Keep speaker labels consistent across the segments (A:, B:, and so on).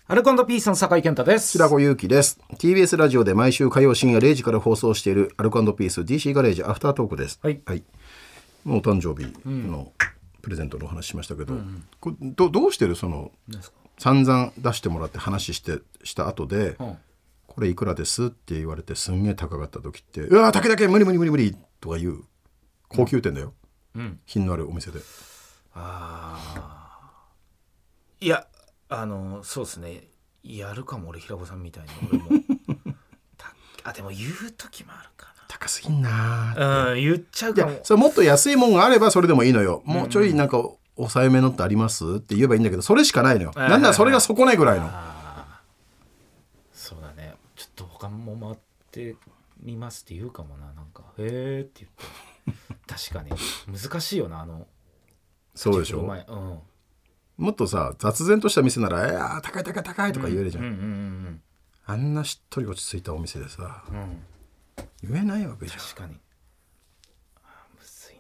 A: アルコ&ピースの酒井健太です。
B: 白子祐希です。 TBS ラジオで毎週火曜深夜0時から放送しているアルコ&ピース DC ガレージアフタートークです。
A: はい、
B: もうお誕生日のプレゼントのお話しましたけど、どうしてるその散々出してもらって話した後で、これいくらですって言われてすんげえ高かった時って、うわ高無理とか言う高級店だよ、品のあるお店で。
A: いやそうですね、やるかも。俺平子さんみたいに俺もでも言う時もあるかな。
B: 高すぎんな
A: 言っちゃうかも。
B: それもっと安いもんがあればそれでもいいのよ。もうちょいなんか抑えめのってありますって言えばいいんだけど、それしかないのよ。なんならそれが損ないぐらいの。
A: そうだね。ちょっと他も回ってみますって言うかもな。なんかへーって言って確かに難しいよな。
B: そうでしょ。もっとさ雑然とした店なら高いとか言えるじゃん。あんなしっとり落ち着いたお店でさ、言えないわけじゃん。
A: 確かにむずい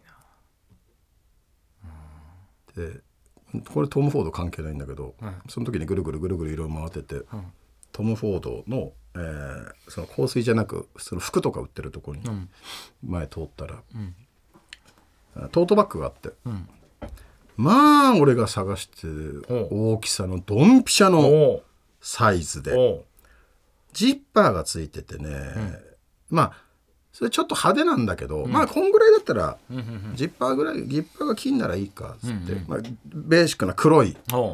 B: な。でこれトム・フォード関係ないんだけど、その時にぐるぐるいろいろ回ってて、トム・フォードの、その香水じゃなくその服とか売ってるところに前通ったら、トートバッグがあって、まあ俺が探してる大きさのドンピシャのサイズでジッパーがついててね、まあそれちょっと派手なんだけど、まあこんぐらいだったらジッパーが金ならいいかっつって、ベーシックな黒い、こ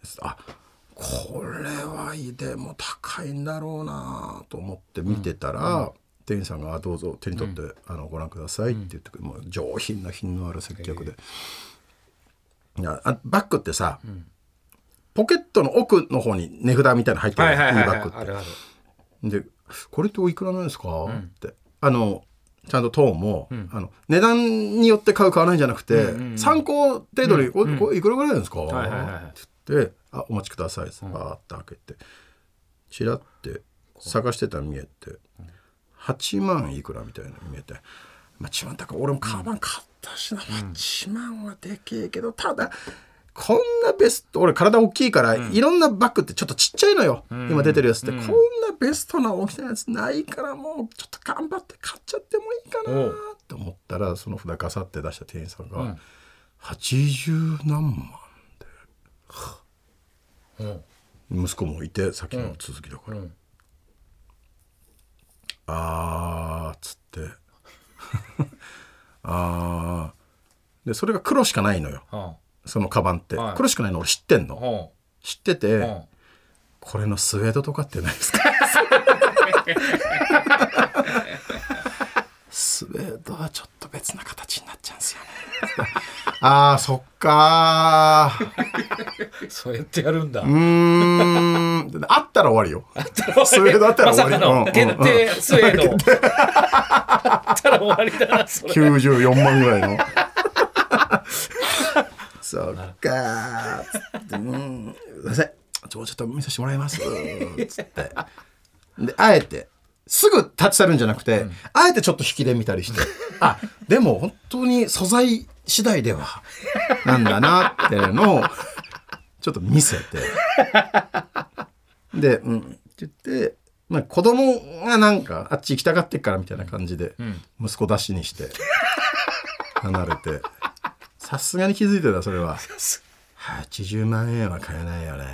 B: れはでも高いんだろうなと思って見てたら、店員さんがどうぞ手に取って、ご覧くださいって言ってくる、もう上品な品のある接客で、バッグってさ、ポケットの奥の方に値札みたいなの入ってる、いいバッグって。ある。でこれっておいくらなんですか、ってちゃんとトーンも、値段によって買わないんじゃなくて、参考程度に、これいくらぐらいなんですか、って言ってお待ちくださいってバーって開けてチラって探してたら見えて、8万いくらみたいなの見えて、8万高い。俺もカバン買ったしな、8万はでけえけど、ただこんなベスト、俺体大きいから、いろんなバッグってちょっとちっちゃいのよ、今出てるやつって、こんなベストな大きさのやつないから、もうちょっと頑張って買っちゃってもいいかなって思ったら、その札ガサって出した店員さんが、80何万で、息子もいて先の続きだから、つってでそれが黒しかないのよ、そのカバンって、黒しかないの俺知ってんの、知ってて、これのスウェードとかってないですかスウェードはちょっと別な形になっちゃうんですよねそっか
A: そうやってやるんだ。
B: あったら終わりよスウェードあったら終わり、
A: まさかの限定スウェードあったら終わりだなそれ。
B: 94万ぐらいのそっかーっつって、すいませんちょっと見させてもらいますっつってであえてすぐ立ち去るんじゃなくて、あえてちょっと引きで見たりしてでも本当に素材次第ではなんだなってのをちょっと見せてでって言って、子供がなんかあっち行きたがってっからみたいな感じで、息子出しにして離れてさすがに気づいてた、それは80万円は買えないよね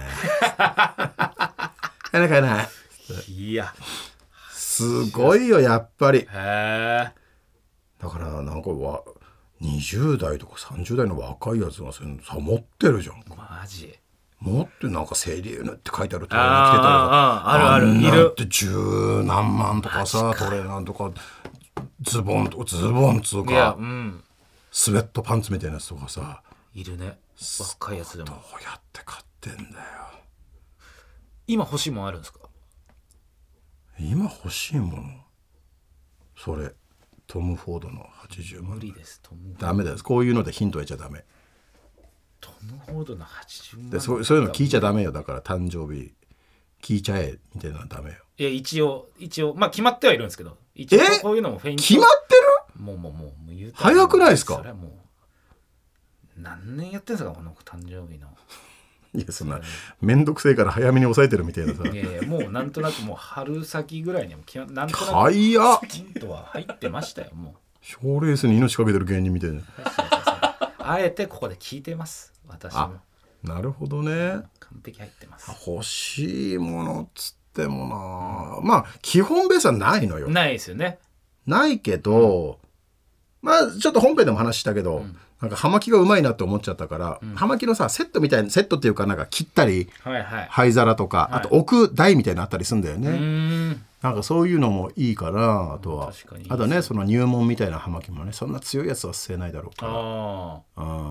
B: 買えない。
A: いや
B: すごいよやっぱり。
A: へ
B: だからなんか20代とか30代の若いやつがさ持ってるじゃん。
A: マジ
B: 持ってなんかセリエヌって書いてあるトレーナー着てたりさ、
A: あるいる
B: って10何万とかさ、トレーナーとかズボンつうか、スウェットパンツみたいなやつとかさ
A: いるね、若いやつでも。
B: どうやって買ってんだよ。
A: 今欲しいもんあるんですか？
B: 今欲しいもの、それトム・フォードの80万。
A: 無理です。
B: ダメです。こういうのでヒント得ちゃダメ。
A: トム・フォードの80万
B: でそういうの聞いちゃダメよ。だから誕生日聞いちゃえみたいなのはダメよ。
A: いや一応決まってはいるんですけど、一応こういうのもフェイント。
B: 決まってる？
A: もう言う
B: 早くないですか？
A: それはもう何年やってんすかこの誕生日の
B: いやそんなめんどくせえから早めに抑えてるみたいなさ。
A: いやいやもうなんとなくもう春先ぐらいにもなんとなくヒントは入ってましたよ。もう
B: 賞レースに命かけてる芸人みたいな。
A: あえてここで聞いてます私も。
B: なるほどね。
A: 完璧入ってます。
B: 欲しいものっつってもな、まあ基本ベースはないのよ。
A: ないですよね。
B: ないけど、まあちょっと本編でも話したけど、なんか葉巻がうまいなって思っちゃったから、葉巻のさセットみたいな、セットっていうかなんか切ったり、灰皿とか、あと置く台みたいなのあったりするんだよね。なんかそういうのもいいから、あとはあとねその入門みたいな葉巻もねそんな強いやつは吸えないだろうから、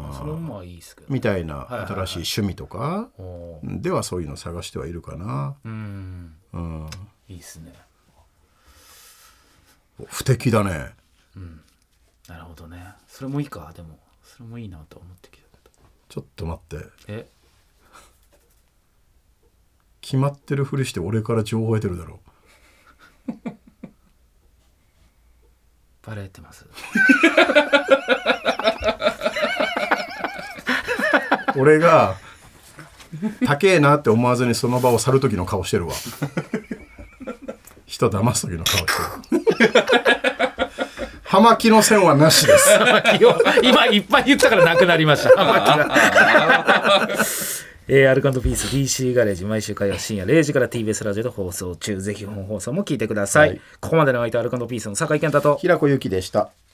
A: それもまあいいですけど、
B: みたいな新しい趣味とかではそういうの探してはいるかな。
A: いいですね。
B: 不敵だね。
A: なるほどね。それもいいか。でもそれもいいなと思ってきた。
B: ちょっと待って。
A: え
B: 決まってるふりして俺から情報得てるだろう。
A: バレてます。
B: 俺が高えなって思わずにその場を去る時の顔してるわ。人騙す時の顔してる。葉巻の線はなしです。
A: 今いっぱい言ったからなくなりました。葉巻が。アルカンドピース DC ガレージ毎週火曜深夜0時から TBS ラジオで放送中。ぜひ本放送も聞いてください。ここまでの相手アルカンドピースの酒井健太と
B: 平子ゆきでした。